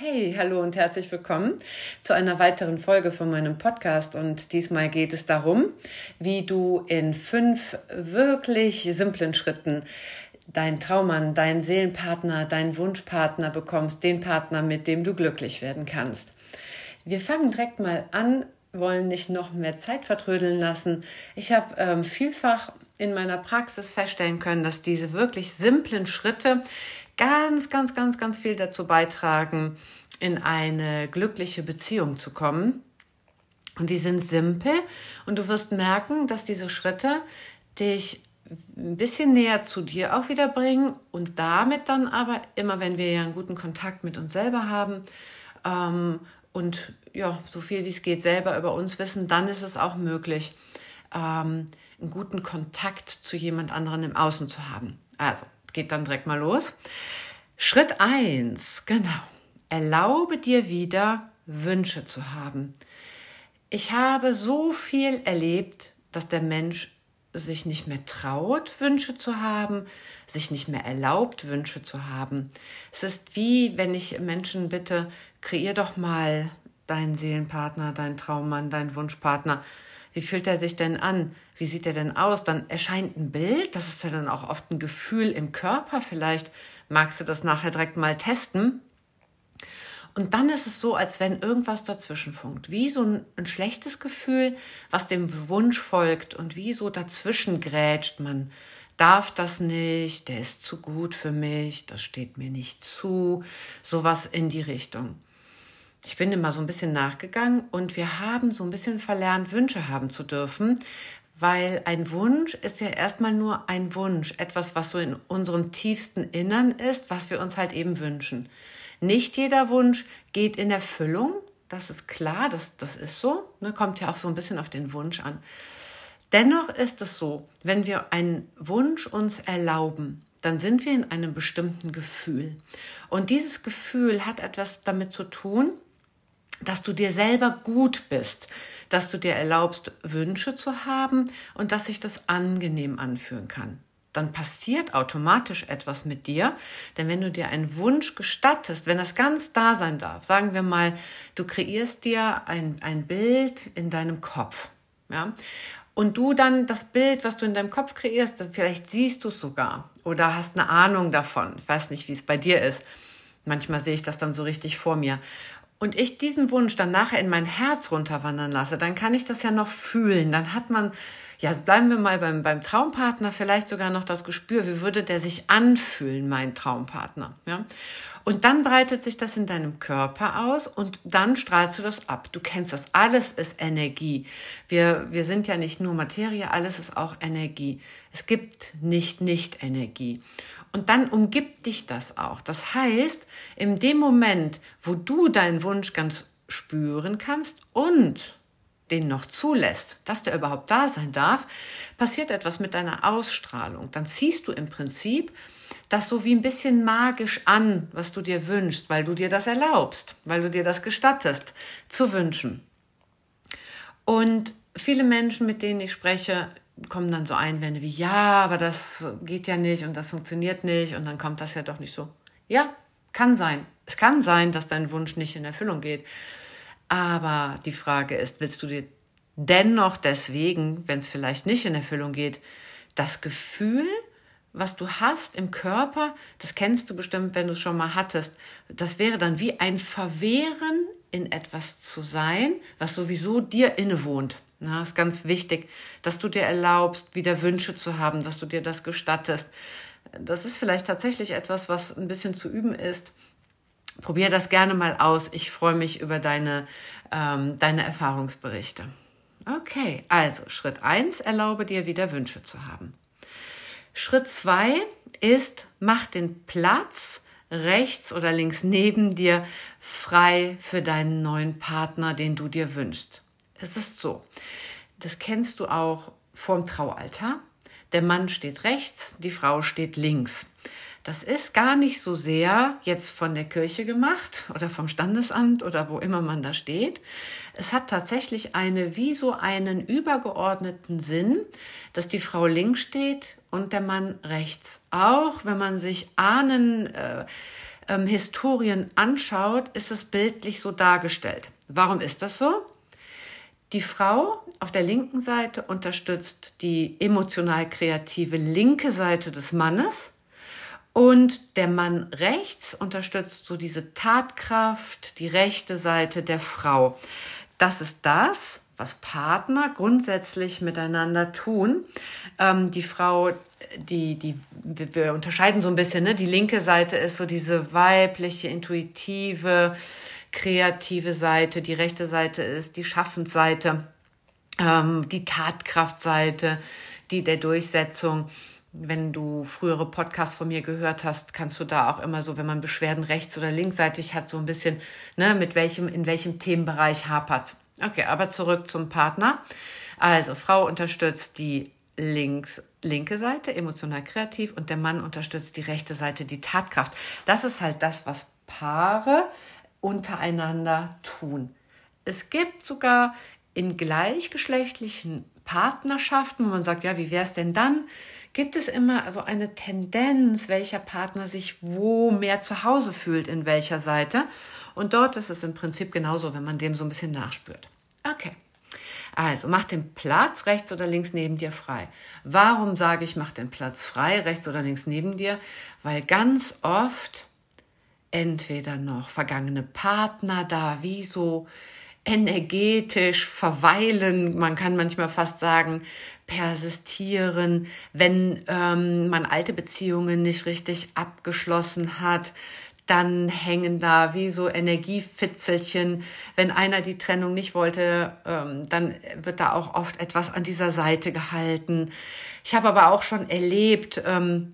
Hey, hallo und herzlich willkommen zu einer weiteren Folge von meinem Podcast. Und diesmal geht es darum, wie du in 5 wirklich simplen Schritten deinen Traummann, deinen Seelenpartner, deinen Wunschpartner bekommst, den Partner, mit dem du glücklich werden kannst. Wir fangen direkt mal an, wollen nicht noch mehr Zeit vertrödeln lassen. Ich habe vielfach in meiner Praxis feststellen können, dass diese wirklich simplen Schritte ganz viel dazu beitragen, in eine glückliche Beziehung zu kommen. Und die sind simpel und du wirst merken, dass diese Schritte dich ein bisschen näher zu dir auch wieder bringen und damit dann aber immer, wenn wir ja einen guten Kontakt mit uns selber haben und ja, so viel wie es geht selber über uns wissen, dann ist es auch möglich, einen guten Kontakt zu jemand anderen im Außen zu haben. Also, geht dann direkt mal los. Schritt 1, genau. Erlaube dir wieder, Wünsche zu haben. Ich habe so viel erlebt, dass der Mensch sich nicht mehr traut, Wünsche zu haben, sich nicht mehr erlaubt, Wünsche zu haben. Es ist wie, wenn ich Menschen bitte, kreier doch mal deinen Seelenpartner, deinen Traummann, deinen Wunschpartner. Wie fühlt er sich denn an? Wie sieht er denn aus? Dann erscheint ein Bild, das ist ja dann auch oft ein Gefühl im Körper. Vielleicht magst du das nachher direkt mal testen. Und dann ist es so, als wenn irgendwas dazwischen funkt. Wie so ein schlechtes Gefühl, was dem Wunsch folgt und wie so dazwischen grätscht. Man darf das nicht, der ist zu gut für mich, das steht mir nicht zu. Sowas in die Richtung. Ich bin immer so ein bisschen nachgegangen und wir haben so ein bisschen verlernt, Wünsche haben zu dürfen, weil ein Wunsch ist ja erstmal nur ein Wunsch, etwas, was so in unserem tiefsten Innern ist, was wir uns halt eben wünschen. Nicht jeder Wunsch geht in Erfüllung, das ist klar, das ist so, ne, kommt ja auch so ein bisschen auf den Wunsch an. Dennoch ist es so, wenn wir einen Wunsch uns erlauben, dann sind wir in einem bestimmten Gefühl. Und dieses Gefühl hat etwas damit zu tun, dass du dir selber gut bist, dass du dir erlaubst, Wünsche zu haben und dass sich das angenehm anfühlen kann. Dann passiert automatisch etwas mit dir, denn wenn du dir einen Wunsch gestattest, wenn das ganz da sein darf, sagen wir mal, du kreierst dir ein Bild in deinem Kopf, ja, und du dann das Bild, was du in deinem Kopf kreierst, vielleicht siehst du es sogar oder hast eine Ahnung davon. Ich weiß nicht, wie es bei dir ist. Manchmal sehe ich das dann so richtig vor mir. Und ich diesen Wunsch dann nachher in mein Herz runterwandern lasse, dann kann ich das ja noch fühlen. Dann hat man, ja, bleiben wir mal beim Traumpartner, vielleicht sogar noch das Gespür, wie würde der sich anfühlen, mein Traumpartner. Ja? Und dann breitet sich das in deinem Körper aus und dann strahlst du das ab. Du kennst das, alles ist Energie. Wir sind ja nicht nur Materie, alles ist auch Energie. Es gibt nicht Nicht-Energie. Und dann umgibt dich das auch. Das heißt, in dem Moment, wo du deinen Wunsch ganz spüren kannst und den noch zulässt, dass der überhaupt da sein darf, passiert etwas mit deiner Ausstrahlung. Dann ziehst du im Prinzip das so wie ein bisschen magisch an, was du dir wünschst, weil du dir das erlaubst, weil du dir das gestattest, zu wünschen. Und viele Menschen, mit denen ich spreche, kommen dann so Einwände wie, ja, aber das geht ja nicht und das funktioniert nicht und dann kommt das ja doch nicht so. Ja, kann sein. Es kann sein, dass dein Wunsch nicht in Erfüllung geht. Aber die Frage ist, willst du dir dennoch deswegen, wenn es vielleicht nicht in Erfüllung geht, das Gefühl, was du hast im Körper, das kennst du bestimmt, wenn du es schon mal hattest, das wäre dann wie ein Verwehren in etwas zu sein, was sowieso dir innewohnt. Das ist ganz wichtig, dass du dir erlaubst, wieder Wünsche zu haben, dass du dir das gestattest. Das ist vielleicht tatsächlich etwas, was ein bisschen zu üben ist. Probier das gerne mal aus. Ich freue mich über deine Erfahrungsberichte. Okay, also Schritt 1, erlaube dir wieder Wünsche zu haben. Schritt 2 ist, mach den Platz rechts oder links neben dir frei für deinen neuen Partner, den du dir wünschst. Es ist so, das kennst du auch vorm Traualtar. Der Mann steht rechts, die Frau steht links. Das ist gar nicht so sehr jetzt von der Kirche gemacht oder vom Standesamt oder wo immer man da steht. Es hat tatsächlich wie so einen übergeordneten Sinn, dass die Frau links steht und der Mann rechts. Auch wenn man sich Historien anschaut, ist es bildlich so dargestellt. Warum ist das so? Die Frau auf der linken Seite unterstützt die emotional kreative linke Seite des Mannes und der Mann rechts unterstützt so diese Tatkraft, die rechte Seite der Frau. Das ist das, was Partner grundsätzlich miteinander tun. Die Frau, wir unterscheiden so ein bisschen, ne? Die linke Seite ist so diese weibliche, intuitive, kreative Seite. Die rechte Seite ist die Schaffensseite, die Tatkraftseite, die der Durchsetzung. Wenn du frühere Podcasts von mir gehört hast, kannst du da auch immer so, wenn man Beschwerden rechts- oder linksseitig hat, so ein bisschen, ne, in welchem Themenbereich hapert. Okay, aber zurück zum Partner. Also, Frau unterstützt die linke Seite, emotional kreativ, und der Mann unterstützt die rechte Seite, die Tatkraft. Das ist halt das, was Paare untereinander tun. Es gibt sogar in gleichgeschlechtlichen Partnerschaften, wo man sagt, ja, wie wäre es denn dann? Gibt es immer also eine Tendenz, welcher Partner sich wo mehr zu Hause fühlt, in welcher Seite. Und dort ist es im Prinzip genauso, wenn man dem so ein bisschen nachspürt. Okay, also mach den Platz rechts oder links neben dir frei. Warum sage ich, mach den Platz frei, rechts oder links neben dir? Weil ganz oft entweder noch vergangene Partner da wie so energetisch verweilen, man kann manchmal fast sagen, persistieren, wenn man alte Beziehungen nicht richtig abgeschlossen hat, dann hängen da wie so Energiefitzelchen. Wenn einer die Trennung nicht wollte, dann wird da auch oft etwas an dieser Seite gehalten. Ich habe aber auch schon erlebt,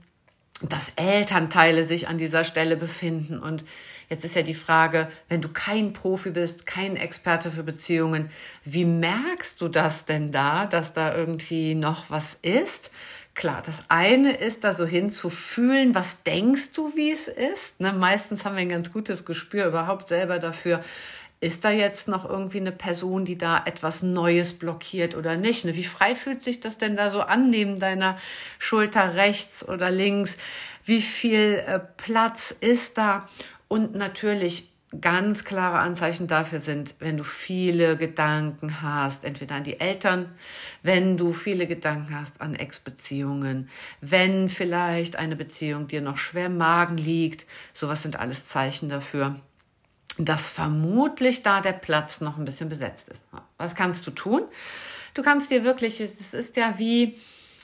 dass Elternteile sich an dieser Stelle befinden. Und jetzt ist ja die Frage, wenn du kein Profi bist, kein Experte für Beziehungen, wie merkst du das denn da, dass da irgendwie noch was ist? Klar, das eine ist, da so hinzufühlen, was denkst du, wie es ist? Ne? Meistens haben wir ein ganz gutes Gespür überhaupt selber dafür, ist da jetzt noch irgendwie eine Person, die da etwas Neues blockiert oder nicht? Ne? Wie frei fühlt sich das denn da so an, neben deiner Schulter rechts oder links? Wie viel Platz ist da? Und natürlich ganz klare Anzeichen dafür sind, wenn du viele Gedanken hast, entweder an die Eltern, wenn du viele Gedanken hast an Ex-Beziehungen, wenn vielleicht eine Beziehung dir noch schwer im Magen liegt. Sowas sind alles Zeichen dafür, dass vermutlich da der Platz noch ein bisschen besetzt ist. Was kannst du tun? Du kannst dir wirklich, es ist ja wie,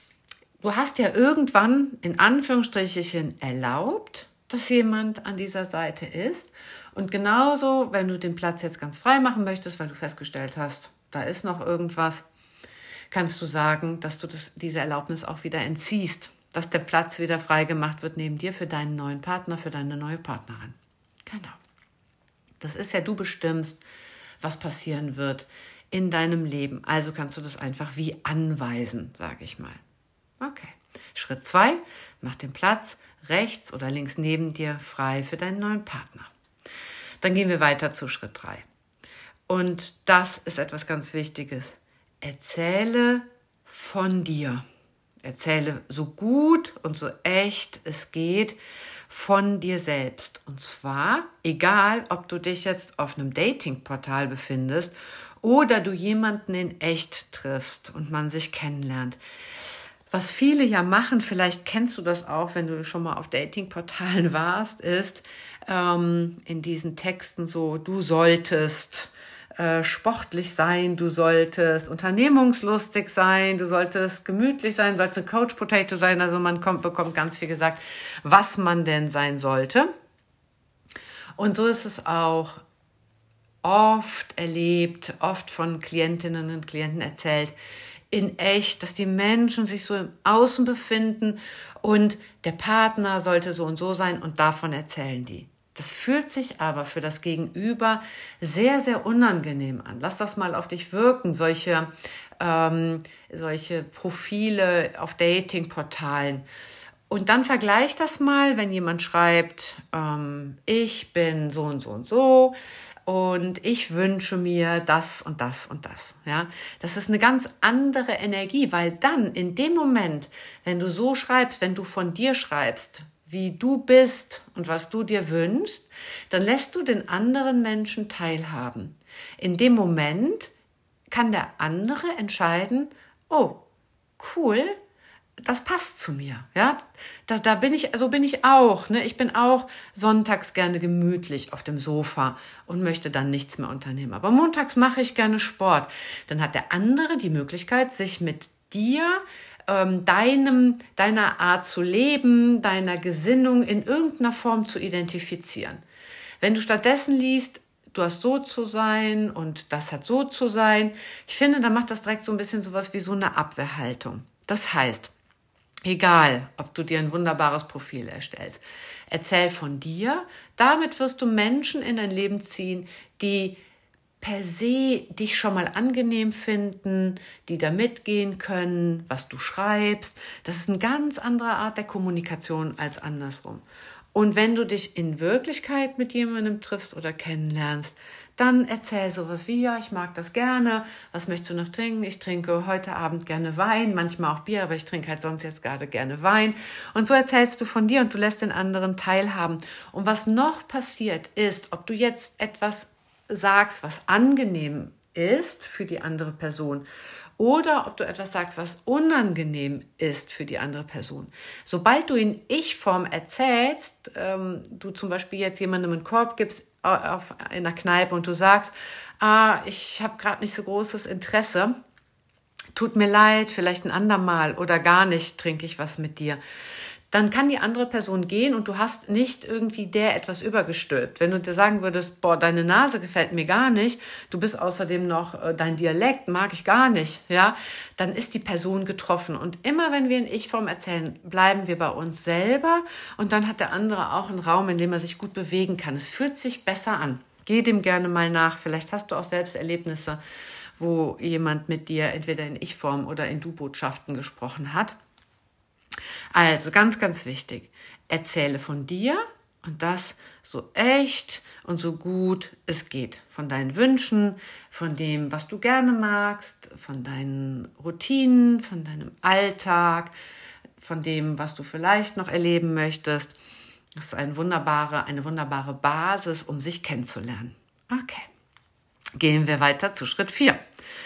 du hast ja irgendwann in Anführungsstrichen erlaubt, dass jemand an dieser Seite ist. Und genauso, wenn du den Platz jetzt ganz frei machen möchtest, weil du festgestellt hast, da ist noch irgendwas, kannst du sagen, dass du diese Erlaubnis auch wieder entziehst, dass der Platz wieder frei gemacht wird neben dir für deinen neuen Partner, für deine neue Partnerin. Genau. Das ist ja, du bestimmst, was passieren wird in deinem Leben. Also kannst du das einfach wie anweisen, sage ich mal. Okay. Schritt 2, mach den Platz rechts oder links neben dir frei für deinen neuen Partner. Dann gehen wir weiter zu Schritt 3. Und das ist etwas ganz Wichtiges. Erzähle von dir. Erzähle so gut und so echt es geht von dir selbst. Und zwar, egal, ob du dich jetzt auf einem Datingportal befindest oder du jemanden in echt triffst und man sich kennenlernt. Was viele ja machen, vielleicht kennst du das auch, wenn du schon mal auf Datingportalen warst, ist in diesen Texten so, du solltest sportlich sein, du solltest unternehmungslustig sein, du solltest gemütlich sein, du solltest eine Couch Potato sein, also man bekommt ganz viel gesagt, was man denn sein sollte. Und so ist es auch oft erlebt, oft von Klientinnen und Klienten erzählt, in echt, dass die Menschen sich so im Außen befinden und der Partner sollte so und so sein und davon erzählen die. Das fühlt sich aber für das Gegenüber sehr, sehr unangenehm an. Lass das mal auf dich wirken, solche Profile auf Datingportalen. Und dann vergleich das mal, wenn jemand schreibt, ich bin so und so und so und ich wünsche mir das und das und das. Ja, das ist eine ganz andere Energie, weil dann in dem Moment, wenn du so schreibst, wenn du von dir schreibst, wie du bist und was du dir wünschst, dann lässt du den anderen Menschen teilhaben. In dem Moment kann der andere entscheiden, oh, cool, das passt zu mir. Ja? Da bin ich, so bin ich auch. Ne? Ich bin auch sonntags gerne gemütlich auf dem Sofa und möchte dann nichts mehr unternehmen. Aber montags mache ich gerne Sport. Dann hat der andere die Möglichkeit, sich mit dir, deiner Art zu leben, deiner Gesinnung in irgendeiner Form zu identifizieren. Wenn du stattdessen liest, du hast so zu sein und das hat so zu sein, ich finde, dann macht das direkt so ein bisschen sowas wie so eine Abwehrhaltung. Das heißt, egal, ob du dir ein wunderbares Profil erstellst, erzähl von dir, damit wirst du Menschen in dein Leben ziehen, die per se dich schon mal angenehm finden, die da mitgehen können, was du schreibst. Das ist eine ganz andere Art der Kommunikation als andersrum. Und wenn du dich in Wirklichkeit mit jemandem triffst oder kennenlernst, dann erzähl sowas wie, ja, ich mag das gerne, was möchtest du noch trinken? Ich trinke heute Abend gerne Wein, manchmal auch Bier, aber ich trinke halt sonst jetzt gerade gerne Wein. Und so erzählst du von dir und du lässt den anderen teilhaben. Und was noch passiert ist, ob du jetzt etwas sagst, was angenehm ist für die andere Person oder ob du etwas sagst, was unangenehm ist für die andere Person. Sobald du in Ich-Form erzählst, du zum Beispiel jetzt jemandem einen Korb gibst in einer Kneipe und du sagst, ich habe gerade nicht so großes Interesse, tut mir leid, vielleicht ein andermal oder gar nicht trinke ich was mit dir. Dann kann die andere Person gehen und du hast nicht irgendwie der etwas übergestülpt. Wenn du dir sagen würdest, boah, deine Nase gefällt mir gar nicht, du bist außerdem noch, dein Dialekt mag ich gar nicht, ja, dann ist die Person getroffen. Und immer wenn wir in Ich-Form erzählen, bleiben wir bei uns selber und dann hat der andere auch einen Raum, in dem er sich gut bewegen kann. Es fühlt sich besser an. Geh dem gerne mal nach. Vielleicht hast du auch selbst Erlebnisse, wo jemand mit dir entweder in Ich-Form oder in Du-Botschaften gesprochen hat. Also ganz, ganz wichtig, erzähle von dir und das so echt und so gut es geht. Von deinen Wünschen, von dem, was du gerne magst, von deinen Routinen, von deinem Alltag, von dem, was du vielleicht noch erleben möchtest. Das ist eine wunderbare Basis, um sich kennenzulernen. Okay, gehen wir weiter zu Schritt 4.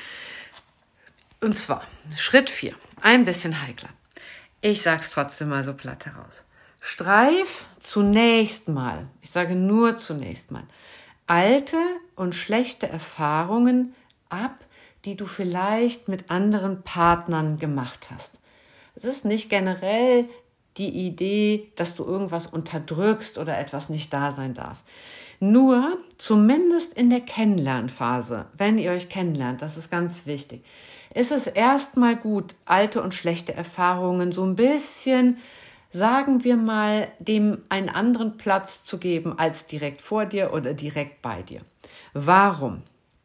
Und zwar Schritt 4, ein bisschen heikler. Ich sage es trotzdem mal so platt heraus. Streif zunächst mal, ich sage nur zunächst mal, alte und schlechte Erfahrungen ab, die du vielleicht mit anderen Partnern gemacht hast. Es ist nicht generell die Idee, dass du irgendwas unterdrückst oder etwas nicht da sein darf. Nur, zumindest in der Kennenlernphase, wenn ihr euch kennenlernt, das ist ganz wichtig, ist es erstmal gut, alte und schlechte Erfahrungen so ein bisschen, sagen wir mal, dem einen anderen Platz zu geben als direkt vor dir oder direkt bei dir. Warum?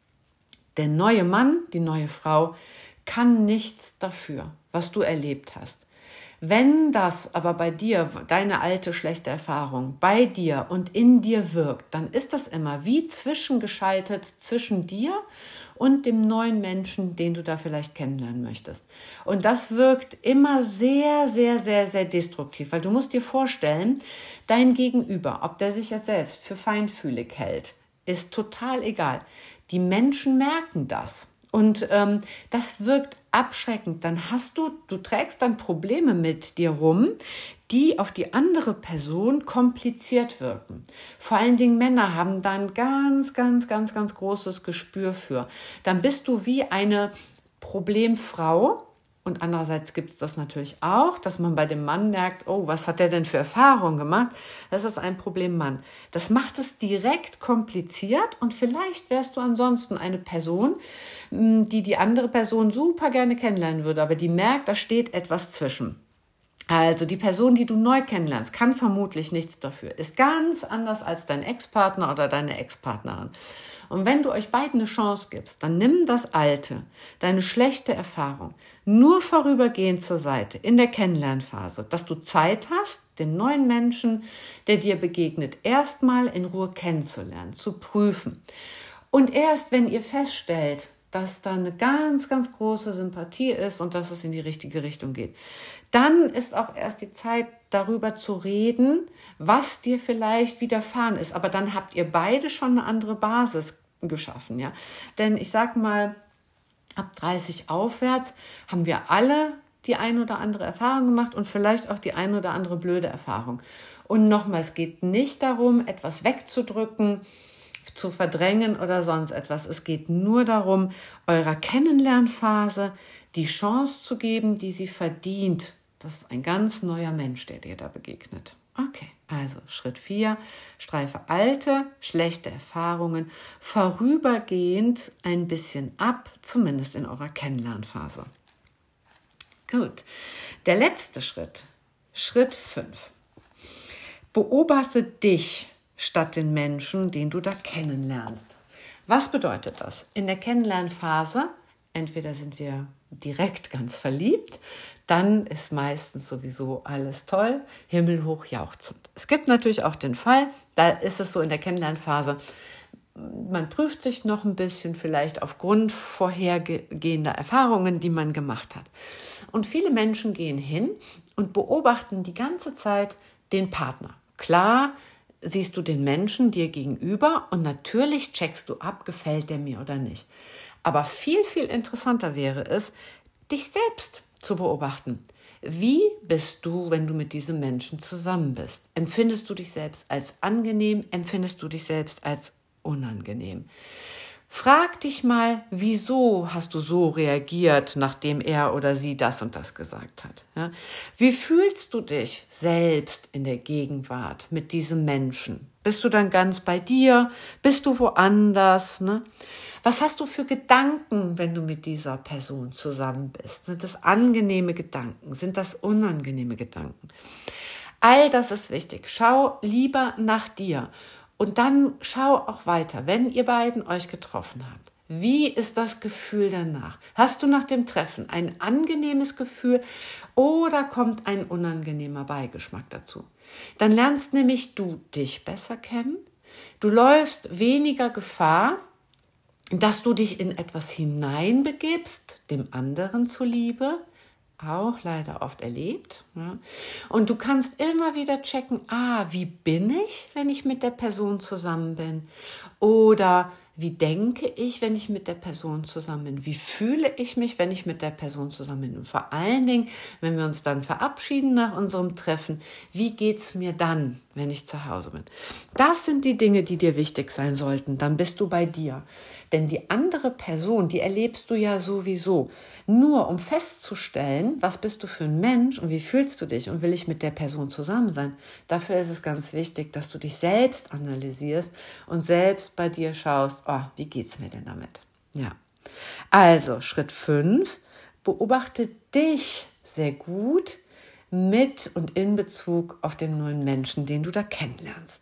Der neue Mann, die neue Frau kann nichts dafür, was du erlebt hast. Wenn das aber bei dir, deine alte, schlechte Erfahrung, bei dir und in dir wirkt, dann ist das immer wie zwischengeschaltet zwischen dir und dem neuen Menschen, den du da vielleicht kennenlernen möchtest. Und das wirkt immer sehr, sehr, sehr, sehr destruktiv, weil du musst dir vorstellen, dein Gegenüber, ob der sich ja selbst für feinfühlig hält, ist total egal. Die Menschen merken das. Und das wirkt abschreckend. Dann du trägst dann Probleme mit dir rum, die auf die andere Person kompliziert wirken. Vor allen Dingen Männer haben da ein ganz, ganz, ganz, ganz großes Gespür für. Dann bist du wie eine Problemfrau. Und andererseits gibt es das natürlich auch, dass man bei dem Mann merkt, oh, was hat der denn für Erfahrungen gemacht? Das ist ein Problemmann. Das macht es direkt kompliziert und vielleicht wärst du ansonsten eine Person, die andere Person super gerne kennenlernen würde, aber die merkt, da steht etwas zwischen. Also die Person, die du neu kennenlernst, kann vermutlich nichts dafür, ist ganz anders als dein Ex-Partner oder deine Ex-Partnerin. Und wenn du euch beiden eine Chance gibst, dann nimm das Alte, deine schlechte Erfahrung, nur vorübergehend zur Seite in der Kennenlernphase, dass du Zeit hast, den neuen Menschen, der dir begegnet, erstmal in Ruhe kennenzulernen, zu prüfen. Und erst wenn ihr feststellt, dass da eine ganz, ganz große Sympathie ist und dass es in die richtige Richtung geht. Dann ist auch erst die Zeit, darüber zu reden, was dir vielleicht widerfahren ist. Aber dann habt ihr beide schon eine andere Basis geschaffen. Ja? Denn ich sag mal, ab 30 aufwärts haben wir alle die ein oder andere Erfahrung gemacht und vielleicht auch die ein oder andere blöde Erfahrung. Und nochmal, es geht nicht darum, etwas wegzudrücken, zu verdrängen oder sonst etwas. Es geht nur darum, eurer Kennenlernphase die Chance zu geben, die sie verdient. Das ist ein ganz neuer Mensch, der dir da begegnet. Okay, also Schritt 4, streife alte, schlechte Erfahrungen vorübergehend ein bisschen ab, zumindest in eurer Kennenlernphase. Gut, der letzte Schritt, Schritt 5. Beobachte dich statt den Menschen, den du da kennenlernst. Was bedeutet das? In der Kennenlernphase, entweder sind wir direkt ganz verliebt, dann ist meistens sowieso alles toll, himmelhoch jauchzend. Es gibt natürlich auch den Fall, da ist es so in der Kennenlernphase, man prüft sich noch ein bisschen vielleicht aufgrund vorhergehender Erfahrungen, die man gemacht hat. Und viele Menschen gehen hin und beobachten die ganze Zeit den Partner. Klar, siehst du den Menschen dir gegenüber und natürlich checkst du ab, gefällt der mir oder nicht. Aber viel, viel interessanter wäre es, dich selbst zu beobachten. Wie bist du, wenn du mit diesem Menschen zusammen bist? Empfindest du dich selbst als angenehm? Empfindest du dich selbst als unangenehm? Frag dich mal, wieso hast du so reagiert, nachdem er oder sie das und das gesagt hat? Ja? Wie fühlst du dich selbst in der Gegenwart mit diesem Menschen? Bist du dann ganz bei dir? Bist du woanders? Ne? Was hast du für Gedanken, wenn du mit dieser Person zusammen bist? Sind das angenehme Gedanken? Sind das unangenehme Gedanken? All das ist wichtig. Schau lieber nach dir. Und dann schau auch weiter, wenn ihr beiden euch getroffen habt. Wie ist das Gefühl danach? Hast du nach dem Treffen ein angenehmes Gefühl oder kommt ein unangenehmer Beigeschmack dazu? Dann lernst nämlich du dich besser kennen. Du läufst weniger Gefahr, dass du dich in etwas hineinbegibst, dem anderen zuliebe, auch leider oft erlebt. Ja. Und du kannst immer wieder checken, wie bin ich, wenn ich mit der Person zusammen bin? Oder wie denke ich, wenn ich mit der Person zusammen bin? Wie fühle ich mich, wenn ich mit der Person zusammen bin? Und vor allen Dingen, wenn wir uns dann verabschieden nach unserem Treffen, wie geht's mir dann, wenn ich zu Hause bin? Das sind die Dinge, die dir wichtig sein sollten. Dann bist du bei dir. Denn die andere Person, die erlebst du ja sowieso. Nur um festzustellen, was bist du für ein Mensch und wie fühlst du dich und will ich mit der Person zusammen sein? Dafür ist es ganz wichtig, dass du dich selbst analysierst und selbst bei dir schaust, wie geht's mir denn damit? Ja. Also Schritt 5, beobachte dich sehr gut mit und in Bezug auf den neuen Menschen, den du da kennenlernst.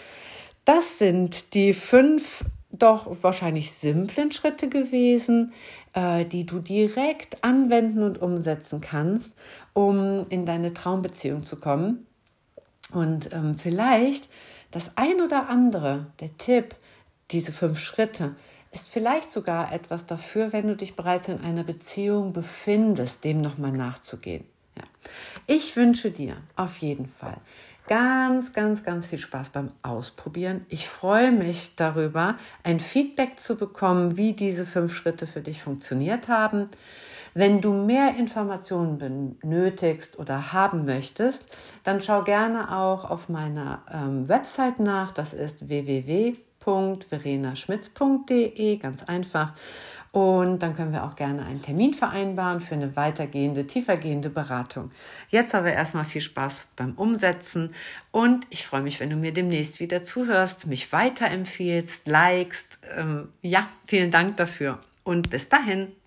Das sind die 5 doch wahrscheinlich simplen Schritte gewesen, die du direkt anwenden und umsetzen kannst, um in deine Traumbeziehung zu kommen. Und vielleicht das ein oder andere, der Tipp, diese 5 Schritte, ist vielleicht sogar etwas dafür, wenn du dich bereits in einer Beziehung befindest, dem nochmal nachzugehen. Ja. Ich wünsche dir auf jeden Fall ganz, ganz, ganz viel Spaß beim Ausprobieren. Ich freue mich darüber, ein Feedback zu bekommen, wie diese 5 Schritte für dich funktioniert haben. Wenn du mehr Informationen benötigst oder haben möchtest, dann schau gerne auch auf meiner Website nach. Das ist www.verenaschmitz.de, ganz einfach. Und dann können wir auch gerne einen Termin vereinbaren für eine weitergehende, tiefergehende Beratung. Jetzt aber erstmal viel Spaß beim Umsetzen und ich freue mich, wenn du mir demnächst wieder zuhörst, mich weiterempfiehlst, likest. Vielen Dank dafür und bis dahin.